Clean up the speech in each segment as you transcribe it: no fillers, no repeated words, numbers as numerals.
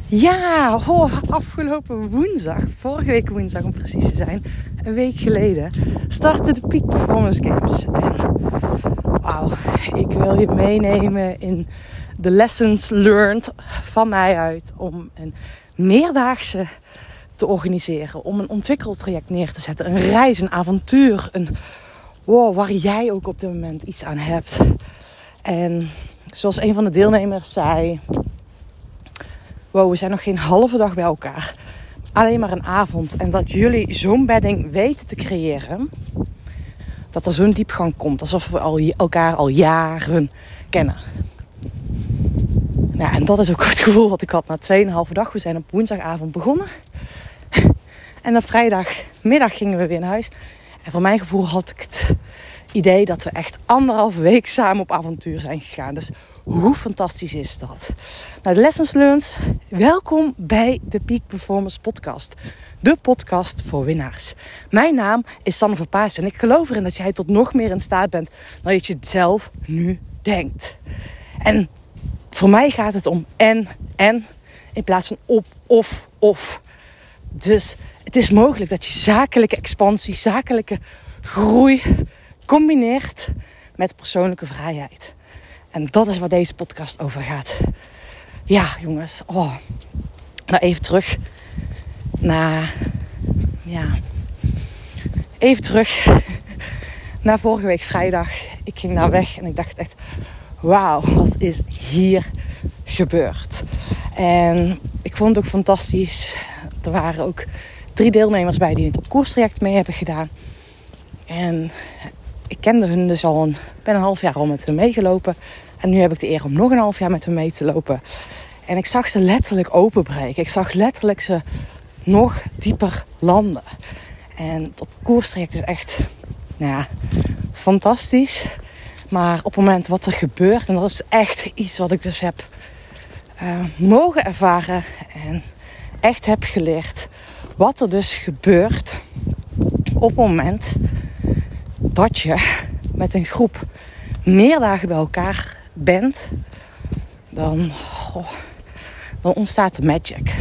Ja, afgelopen woensdag, vorige week woensdag om precies te zijn, een week geleden, startte de Peak Performance Games. En wauw, ik wil je meenemen in de lessons learned van mij uit om een meerdaagse te organiseren. Om een ontwikkeltraject neer te zetten, een reis, een avontuur, waar jij ook op dit moment iets aan hebt. En zoals een van de deelnemers zei, we zijn nog geen halve dag bij elkaar. Alleen maar een avond. En dat jullie zo'n bedding weten te creëren, dat er zo'n diepgang komt. Alsof we elkaar al jaren kennen. Nou, en dat is ook het gevoel wat ik had na 2,5 dag. We zijn op woensdagavond begonnen. En op vrijdagmiddag gingen we weer naar huis. En voor mijn gevoel had ik het idee dat we echt 1,5 week samen op avontuur zijn gegaan. Dus hoe fantastisch is dat? Nou, de lessons learned. Welkom bij de Peak Performance Podcast. De podcast voor winnaars. Mijn naam is Sanne Verpaas en ik geloof erin dat jij tot nog meer in staat bent dan je het zelf nu denkt. En voor mij gaat het om en in plaats van of. Dus het is mogelijk dat je zakelijke expansie, zakelijke groei combineert met persoonlijke vrijheid. En dat is waar deze podcast over gaat. Ja, jongens. Nou, even terug naar vorige week vrijdag. Ik ging daar weg en ik dacht echt, wauw, wat is hier gebeurd? En ik vond het ook fantastisch. Er waren ook 3 deelnemers bij die het op koerstraject mee hebben gedaan. En ik kende hun dus ben een half jaar al met hen meegelopen. En nu heb ik de eer om nog een half jaar met hen mee te lopen. En ik zag ze letterlijk openbreken. Ik zag letterlijk ze nog dieper landen. En het op koerstraject is echt fantastisch. Maar op het moment wat er gebeurt, en dat is echt iets wat ik dus heb mogen ervaren en echt heb geleerd. Wat er dus gebeurt op het moment dat je met een groep meer dagen bij elkaar bent, dan ontstaat de magic.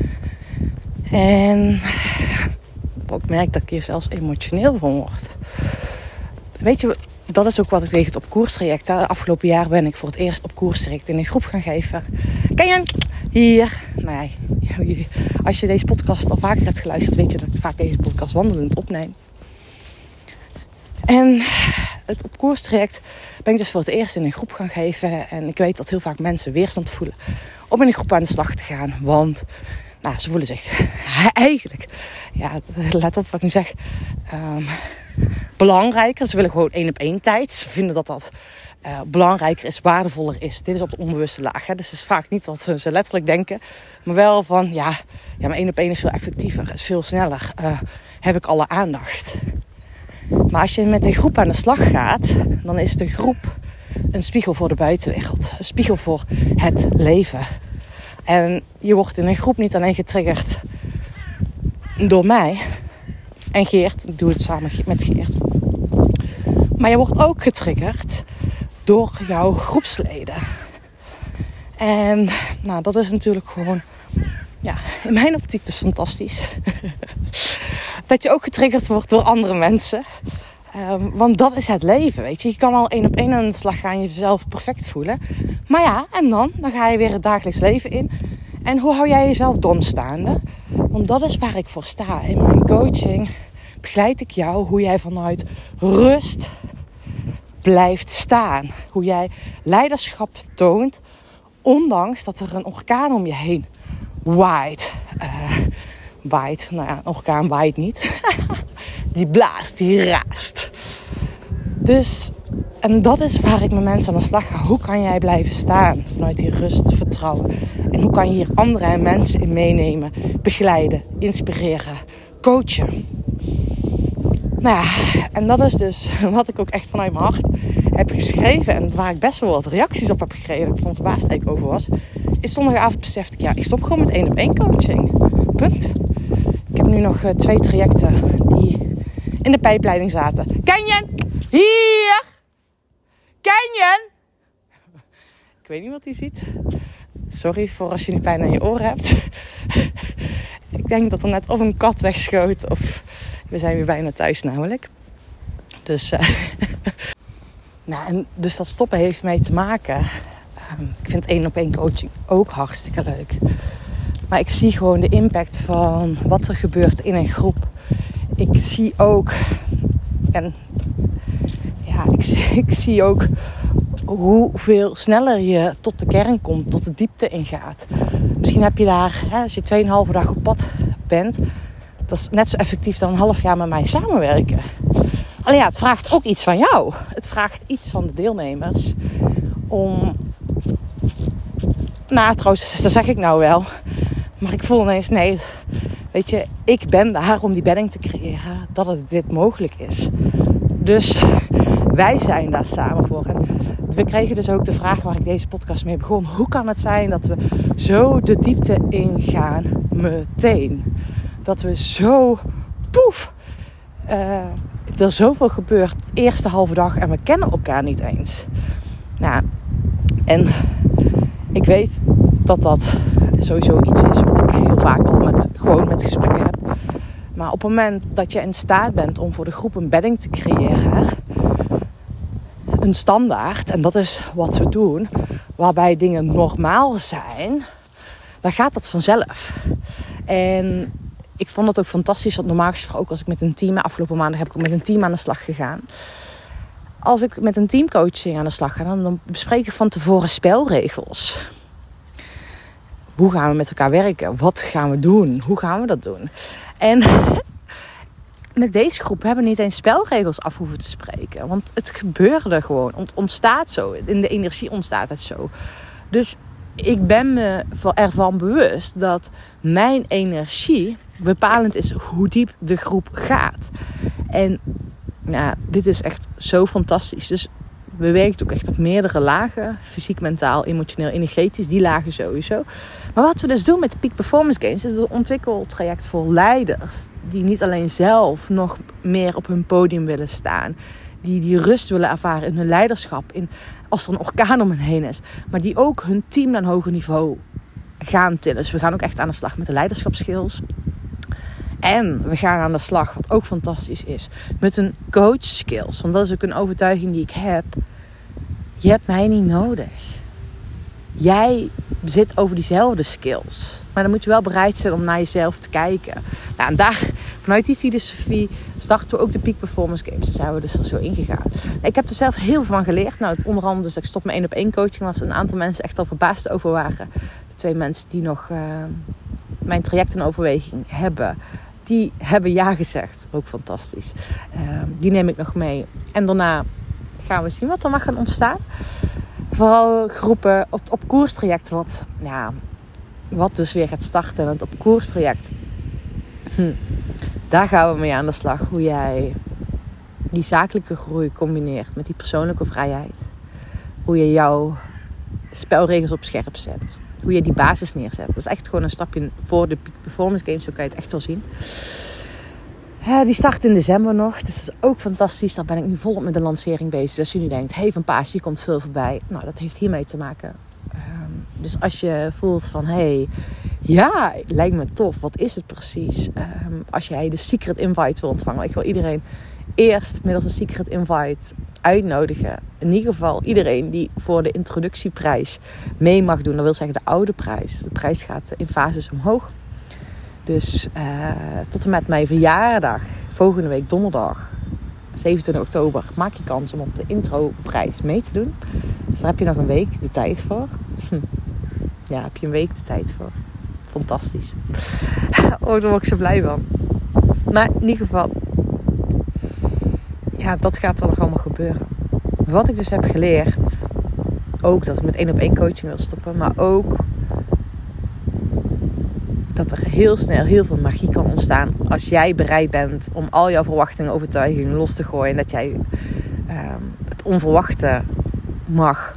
En ik merk dat ik hier zelfs emotioneel van word. Weet je, dat is ook wat ik tegen het op koerstraject. Afgelopen jaar ben ik voor het eerst op koerstraject in een groep gaan geven. Ken je hier? Nee, als je deze podcast al vaker hebt geluisterd, weet je dat ik vaak deze podcast wandelend opneem. En het op koerstraject ben ik dus voor het eerst in een groep gaan geven. En ik weet dat heel vaak mensen weerstand voelen om in een groep aan de slag te gaan. Want ze voelen zich eigenlijk, let op wat ik nu zeg, belangrijker. Ze willen gewoon 1-op-1 tijd. Ze vinden dat belangrijker is, waardevoller is. Dit is op de onbewuste laag. Hè? Dus het is vaak niet wat ze letterlijk denken. Maar wel van, maar 1-op-1 is veel effectiever. Het is veel sneller. Heb ik alle aandacht. Maar als je met een groep aan de slag gaat, dan is de groep een spiegel voor de buitenwereld. Een spiegel voor het leven. En je wordt in een groep niet alleen getriggerd door mij en Geert. Ik doe het samen met Geert. Maar je wordt ook getriggerd door jouw groepsleden. En dat is natuurlijk gewoon, in mijn optiek dus fantastisch. Dat je ook getriggerd wordt door andere mensen. Want dat is het leven, weet je. Je kan al 1-op-1 aan de slag gaan, jezelf perfect voelen. Maar en dan ga je weer het dagelijks leven in. En hoe hou jij jezelf dan staande? Want dat is waar ik voor sta. In mijn coaching begeleid ik jou hoe jij vanuit rust blijft staan. Hoe jij leiderschap toont, ondanks dat er een orkaan om je heen waait. Een orkaan waait niet. Die blaast, die raast. Dus, en dat is waar ik met mensen aan de slag ga. Hoe kan jij blijven staan vanuit die rust, vertrouwen? En hoe kan je hier andere mensen in meenemen, begeleiden, inspireren, coachen? En dat is dus wat ik ook echt vanuit mijn hart heb geschreven. En waar ik best wel wat reacties op heb gekregen, dat ik van verbaasd eigenlijk over was. Is zondagavond besefte ik, ik stop gewoon met 1-op-1 coaching. Punt. Ik heb nu nog 2 trajecten die in de pijpleiding zaten. Canyon! Hier! Canyon! Ik weet niet wat hij ziet. Sorry voor als je nu pijn aan je oren hebt. Ik denk dat er net of een kat wegschoot of we zijn weer bijna thuis namelijk. Dus, dus dat stoppen heeft mee te maken. Ik vind 1-op-1 coaching ook hartstikke leuk. Maar ik zie gewoon de impact van wat er gebeurt in een groep. Ik zie ook... Ik zie ook hoeveel sneller je tot de kern komt, tot de diepte ingaat. Misschien heb je daar, als je 2,5 dag op pad bent, dat is net zo effectief dan een half jaar met mij samenwerken. Alleen ja, het vraagt ook iets van jou. Het vraagt iets van de deelnemers om... Nou, trouwens, dat zeg ik nou wel. Maar ik voel ineens, nee, weet je, ik ben daar om die bedding te creëren, dat het dit mogelijk is. Dus wij zijn daar samen voor. En we kregen dus ook de vraag waar ik deze podcast mee begon. Hoe kan het zijn dat we zo de diepte ingaan meteen? Dat we zo, er zoveel gebeurt de eerste halve dag en we kennen elkaar niet eens. Nou, en ik weet dat dat sowieso iets is wat ik heel vaak al met gesprekken heb. Maar op het moment dat je in staat bent om voor de groep een bedding te creëren, een standaard, en dat is wat we doen, waarbij dingen normaal zijn, dan gaat dat vanzelf. En ik vond het ook fantastisch, want normaal gesproken als ik met een team, afgelopen maandag heb ik ook met een team aan de slag gegaan. Als ik met een teamcoaching aan de slag ga, dan bespreek ik van tevoren spelregels. Hoe gaan we met elkaar werken? Wat gaan we doen? Hoe gaan we dat doen? En met deze groep hebben we niet eens spelregels af hoeven te spreken. Want het gebeurde gewoon. Het ontstaat zo. In de energie ontstaat het zo. Dus ik ben me ervan bewust dat mijn energie bepalend is hoe diep de groep gaat. En ja, dit is echt zo fantastisch. Dus we werken ook echt op meerdere lagen. Fysiek, mentaal, emotioneel, energetisch. Die lagen sowieso. Maar wat we dus doen met de Peak Performance Games is een ontwikkeltraject voor leiders. Die niet alleen zelf nog meer op hun podium willen staan. Die rust willen ervaren in hun leiderschap. Als er een orkaan om hen heen is. Maar die ook hun team naar een hoger niveau gaan tillen. Dus we gaan ook echt aan de slag met de leiderschapskills. En we gaan aan de slag, wat ook fantastisch is, met een coach skills. Want dat is ook een overtuiging die ik heb. Je hebt mij niet nodig. Jij zit over diezelfde skills. Maar dan moet je wel bereid zijn om naar jezelf te kijken. Nou, en vanuit die filosofie starten we ook de Peak Performance Games. Daar zijn we dus er zo ingegaan. Ik heb er zelf heel veel van geleerd. Nou, het onder andere dus dat ik stop met 1-op-1 coaching. Was een aantal mensen echt al verbaasd over waren. De 2 mensen die nog mijn traject in overweging hebben. Die hebben ja gezegd. Ook fantastisch. Die neem ik nog mee. En daarna gaan we zien wat er mag gaan ontstaan. Vooral groepen op koerstraject. Wat dus weer gaat starten. Want op koerstraject. Daar gaan we mee aan de slag. Hoe jij die zakelijke groei combineert met die persoonlijke vrijheid. Hoe je jouw spelregels op scherp zet. Hoe je die basis neerzet. Dat is echt gewoon een stapje voor de Peak Performance Games. Zo kan je het echt wel zien. Die start in december nog. Dus dat is ook fantastisch. Daar ben ik nu volop met de lancering bezig. Dus als je nu denkt, hey Van Paas, hier komt veel voorbij. Nou, dat heeft hiermee te maken. Dus als je voelt van, ja, lijkt me tof. Wat is het precies? Als jij de secret invite wil ontvangen. Ik wil iedereen eerst middels een secret invite uitnodigen. In ieder geval iedereen die voor de introductieprijs mee mag doen. Dat wil zeggen de oude prijs. De prijs gaat in fases omhoog. Dus tot en met mijn verjaardag, volgende week donderdag, 27 oktober, maak je kans om op de introprijs mee te doen. Dus daar heb je nog een week de tijd voor. Ja, heb je een week de tijd voor. Fantastisch. Oh, daar word ik zo blij van. Maar in ieder geval, ja, dat gaat er nog allemaal gebeuren. Wat ik dus heb geleerd, ook dat ik met 1-op-1 coaching wil stoppen, maar ook dat er heel snel heel veel magie kan ontstaan als jij bereid bent om al jouw verwachtingen, overtuigingen los te gooien. En dat jij het onverwachte mag,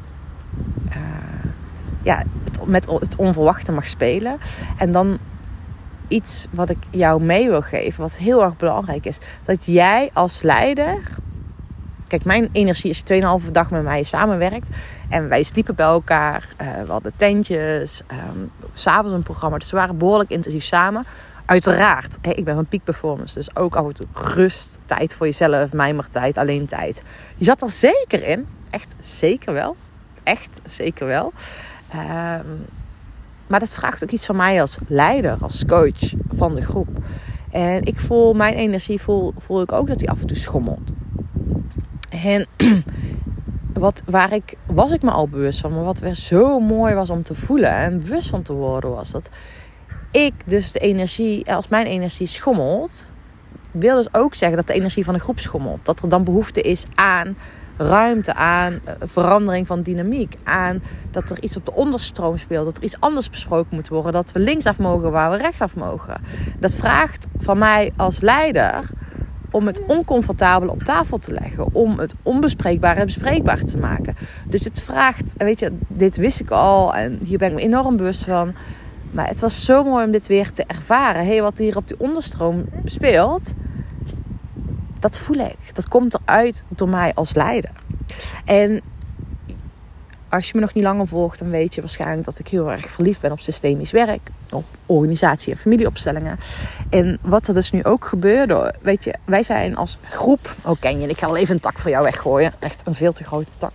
met het onverwachte mag spelen. En dan iets wat ik jou mee wil geven, wat heel erg belangrijk is. Dat jij als leider Kijk, mijn energie als je 2,5 dag met mij samenwerkt. En wij sliepen bij elkaar. We hadden tentjes. 's Avonds een programma. Dus we waren behoorlijk intensief samen. Uiteraard, ik ben van peak performance. Dus ook af en toe rust, tijd voor jezelf, mijmertijd, alleen tijd. Je zat er zeker in. Echt zeker wel. Echt zeker wel. Maar dat vraagt ook iets van mij als leider, als coach van de groep. En ik voel, mijn energie voel ik ook dat die af en toe schommelt. En was ik me al bewust van. Maar wat weer zo mooi was om te voelen en bewust van te worden, was dat ik dus de energie, als mijn energie schommelt, wil dus ook zeggen dat de energie van de groep schommelt. Dat er dan behoefte is aan ruimte, aan verandering van dynamiek, aan dat er iets op de onderstroom speelt, dat er iets anders besproken moet worden, dat we linksaf mogen waar we rechtsaf mogen. Dat vraagt van mij als leider om het oncomfortabele op tafel te leggen, om het onbespreekbare bespreekbaar te maken. Dus het vraagt, weet je, dit wist ik al en hier ben ik me enorm bewust van. Maar het was zo mooi om dit weer te ervaren. Wat hier op die onderstroom speelt, dat voel ik. Dat komt eruit door mij als leider. En als je me nog niet langer volgt, dan weet je waarschijnlijk dat ik heel erg verliefd ben op systemisch werk, op organisatie en familieopstellingen. En wat er dus nu ook gebeurde, weet je, wij zijn als groep, ken je, ik ga al even een tak voor jou weggooien. Echt een veel te grote tak.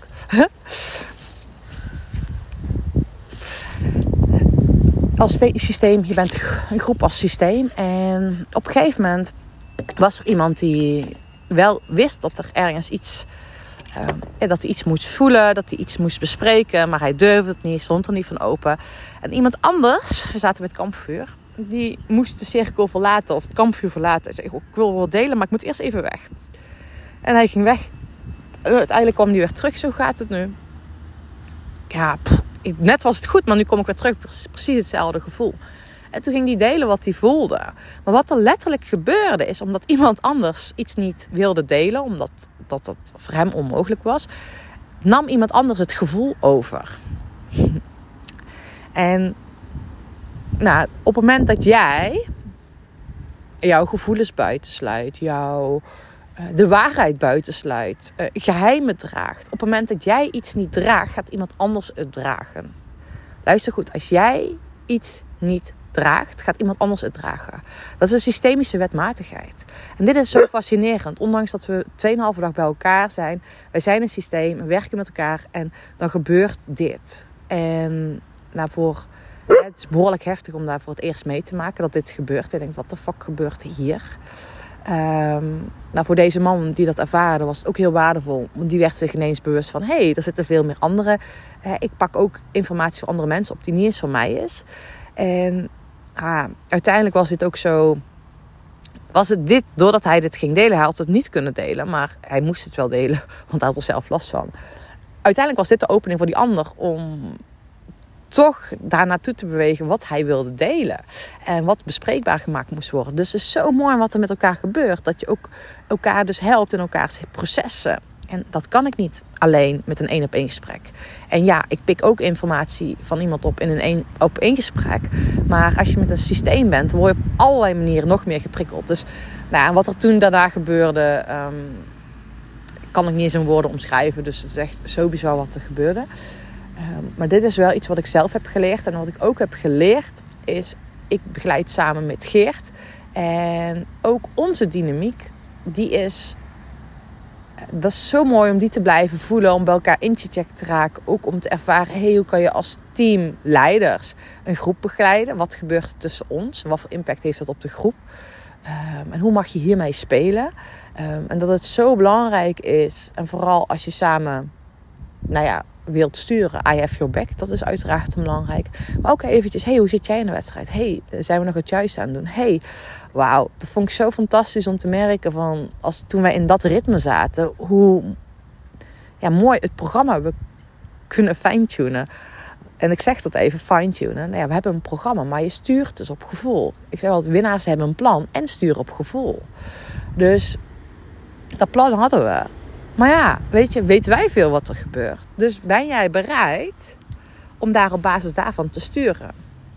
Als systeem, je bent een groep als systeem. En op een gegeven moment was er iemand die wel wist dat er ergens iets, dat hij iets moest voelen, dat hij iets moest bespreken, maar hij durfde het niet, stond er niet van open. En iemand anders, we zaten bij het kampvuur, die moest de cirkel verlaten of het kampvuur verlaten. Hij zei, ik wil wel delen, maar ik moet eerst even weg. En hij ging weg. Uiteindelijk kwam hij weer terug, zo gaat het nu. Ja, net was het goed, maar nu kom ik weer terug. Precies hetzelfde gevoel. En toen ging hij delen wat hij voelde. Maar wat er letterlijk gebeurde is, omdat iemand anders iets niet wilde delen, omdat dat voor hem onmogelijk was, nam iemand anders het gevoel over. En op het moment dat jij jouw gevoelens buitensluit, de waarheid buitensluit, geheimen draagt. Op het moment dat jij iets niet draagt, gaat iemand anders het dragen. Luister goed, als jij iets niet draagt, gaat iemand anders het dragen. Dat is een systemische wetmatigheid. En dit is zo fascinerend. Ondanks dat we 2,5 dag bij elkaar zijn. Wij zijn een systeem, we werken met elkaar en dan gebeurt dit. En het is behoorlijk heftig om daar voor het eerst mee te maken dat dit gebeurt. Je denkt, wat de fuck gebeurt hier? Voor deze man die dat ervaarde was het ook heel waardevol. Want die werd zich ineens bewust van, er zitten veel meer anderen. Ik pak ook informatie van andere mensen op die niet eens van mij is. En uiteindelijk was dit ook zo. Was het dit, doordat hij dit ging delen, hij had het niet kunnen delen. Maar hij moest het wel delen, want hij had er zelf last van. Uiteindelijk was dit de opening voor die ander om toch daar naartoe te bewegen wat hij wilde delen. En wat bespreekbaar gemaakt moest worden. Dus het is zo mooi wat er met elkaar gebeurt. Dat je ook elkaar dus helpt in elkaars processen. En dat kan ik niet alleen met een 1-op-1 gesprek. En ja, ik pik ook informatie van iemand op in een 1-op-1 gesprek. Maar als je met een systeem bent, dan word je op allerlei manieren nog meer geprikkeld. Dus en wat er toen daarna gebeurde, kan ik niet eens in woorden omschrijven. Dus het is echt zo bizar wat er gebeurde. Maar dit is wel iets wat ik zelf heb geleerd. En wat ik ook heb geleerd is, ik begeleid samen met Geert. En ook onze dynamiek, dat is zo mooi om die te blijven voelen. Om bij elkaar in check te raken. Ook om te ervaren, hoe kan je als teamleiders een groep begeleiden? Wat gebeurt er tussen ons? En wat voor impact heeft dat op de groep? En hoe mag je hiermee spelen? En dat het zo belangrijk is. En vooral als je samen, wilt sturen. I have your back. Dat is uiteraard belangrijk. Maar ook eventjes, hoe zit jij in de wedstrijd? Zijn we nog het juiste aan het doen? Wauw. Dat vond ik zo fantastisch om te merken van, toen wij in dat ritme zaten, hoe mooi het programma we kunnen fine-tunen. En ik zeg dat even, fine-tunen. We hebben een programma, maar je stuurt dus op gevoel. Ik zeg altijd, winnaars hebben een plan en sturen op gevoel. Dus dat plan hadden we. Maar weten wij veel wat er gebeurt. Dus ben jij bereid om daar op basis daarvan te sturen?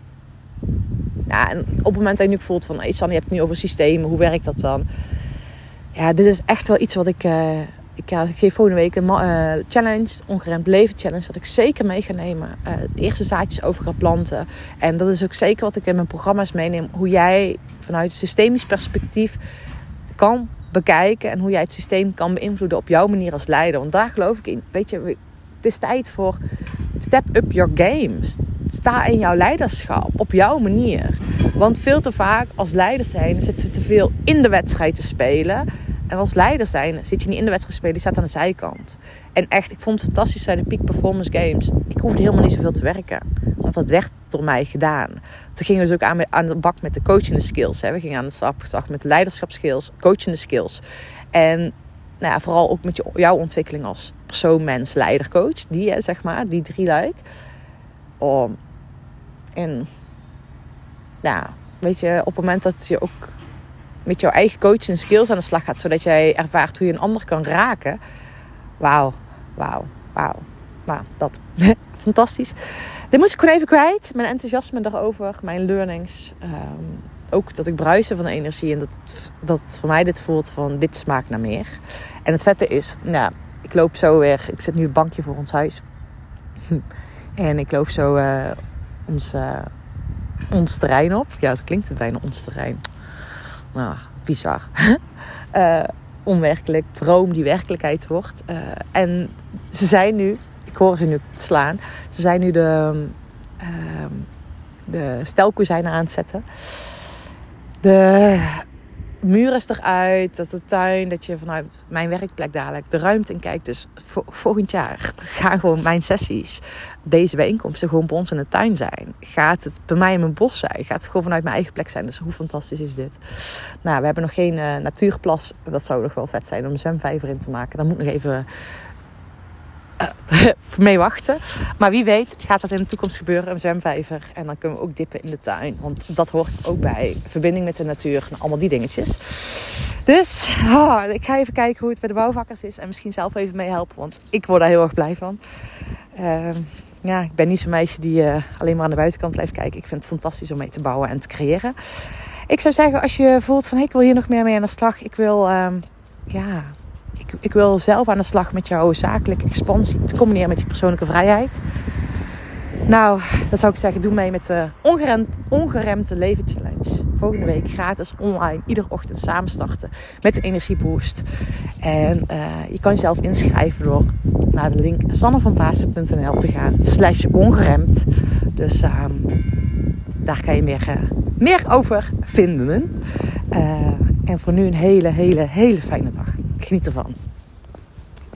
En op het moment dat je nu voelt van, Sanne, je hebt het nu over systemen, hoe werkt dat dan? Ja, dit is echt wel iets wat ik Ik geef volgende week een challenge, Ongeremd Leven Challenge, wat ik zeker mee ga nemen. De eerste zaadjes over ga planten. En dat is ook zeker wat ik in mijn programma's meeneem. Hoe jij vanuit systemisch perspectief kan bekijken en hoe jij het systeem kan beïnvloeden op jouw manier als leider. Want daar geloof ik in. Weet je, het is tijd voor step up your game. Sta in jouw leiderschap op jouw manier. Want veel te vaak als leider zijn zitten we te veel in de wedstrijd te spelen. En als leider zijn zit je niet in de wedstrijd te spelen, je staat aan de zijkant. En echt, ik vond het fantastisch bij de Peak Performance Games. Ik hoefde helemaal niet zoveel te werken. Want dat werd door mij gedaan. Toen gingen we dus ook aan de bak met de coachende skills. Hè. We gingen aan de slag met de leiderschapskills, coachende skills. En nou ja, vooral ook met jouw ontwikkeling als persoon, mens, leider, coach. Die, zeg maar, die 3 luik. En ja, weet je, op het moment dat je ook met jouw eigen coaching skills aan de slag gaat, zodat jij ervaart hoe je een ander kan raken. Wauw. Nou, dat. Fantastisch. Dit moest ik gewoon even kwijt. Mijn enthousiasme daarover, mijn learnings. Ook dat ik bruisen van de energie. En dat voor mij dit voelt van, dit smaakt naar meer. En het vette is, nou, ik loop zo weer. Ik zit nu op het bankje voor ons huis. En ik loop zo ons terrein op. Ja, zo klinkt het bijna, ons terrein. Nou, bizar. Onwerkelijk. Droom die werkelijkheid wordt. En ze zijn nu, ik hoor ze nu slaan. Ze zijn nu de stelkozijnen aan het zetten. De muur is eruit. Dat de tuin, dat je vanuit mijn werkplek dadelijk de ruimte in kijkt. Dus volgend jaar gaan gewoon mijn sessies, deze bijeenkomsten, gewoon bij ons in de tuin zijn. Gaat het bij mij in mijn bos zijn? Gaat het gewoon vanuit mijn eigen plek zijn? Dus hoe fantastisch is dit? Nou, we hebben nog geen natuurplas. Dat zou nog wel vet zijn om een zwemvijver in te maken. Daar moet nog even mee wachten. Maar wie weet gaat dat in de toekomst gebeuren, een zwemvijver. En dan kunnen we ook dippen in de tuin. Want dat hoort ook bij verbinding met de natuur. Nou, allemaal die dingetjes. Dus ik ga even kijken hoe het bij de bouwvakkers is. En misschien zelf even meehelpen. Want ik word daar heel erg blij van. Ik ben niet zo'n meisje die alleen maar aan de buitenkant blijft kijken. Ik vind het fantastisch om mee te bouwen en te creëren. Ik zou zeggen, als je voelt van, ik wil hier nog meer mee aan de slag. Ik wil zelf aan de slag met jouw zakelijke expansie te combineren met je persoonlijke vrijheid. Nou, dat zou ik zeggen, doe mee met de Ongeremde Leven Challenge. Volgende week gratis online, iedere ochtend samen starten met de energieboost. En je kan jezelf inschrijven door naar de link sannevanvaassen.nl te gaan /ongeremd. Dus daar kan je meer over vinden. En voor nu een hele, hele, hele fijne dag. Geniet ervan.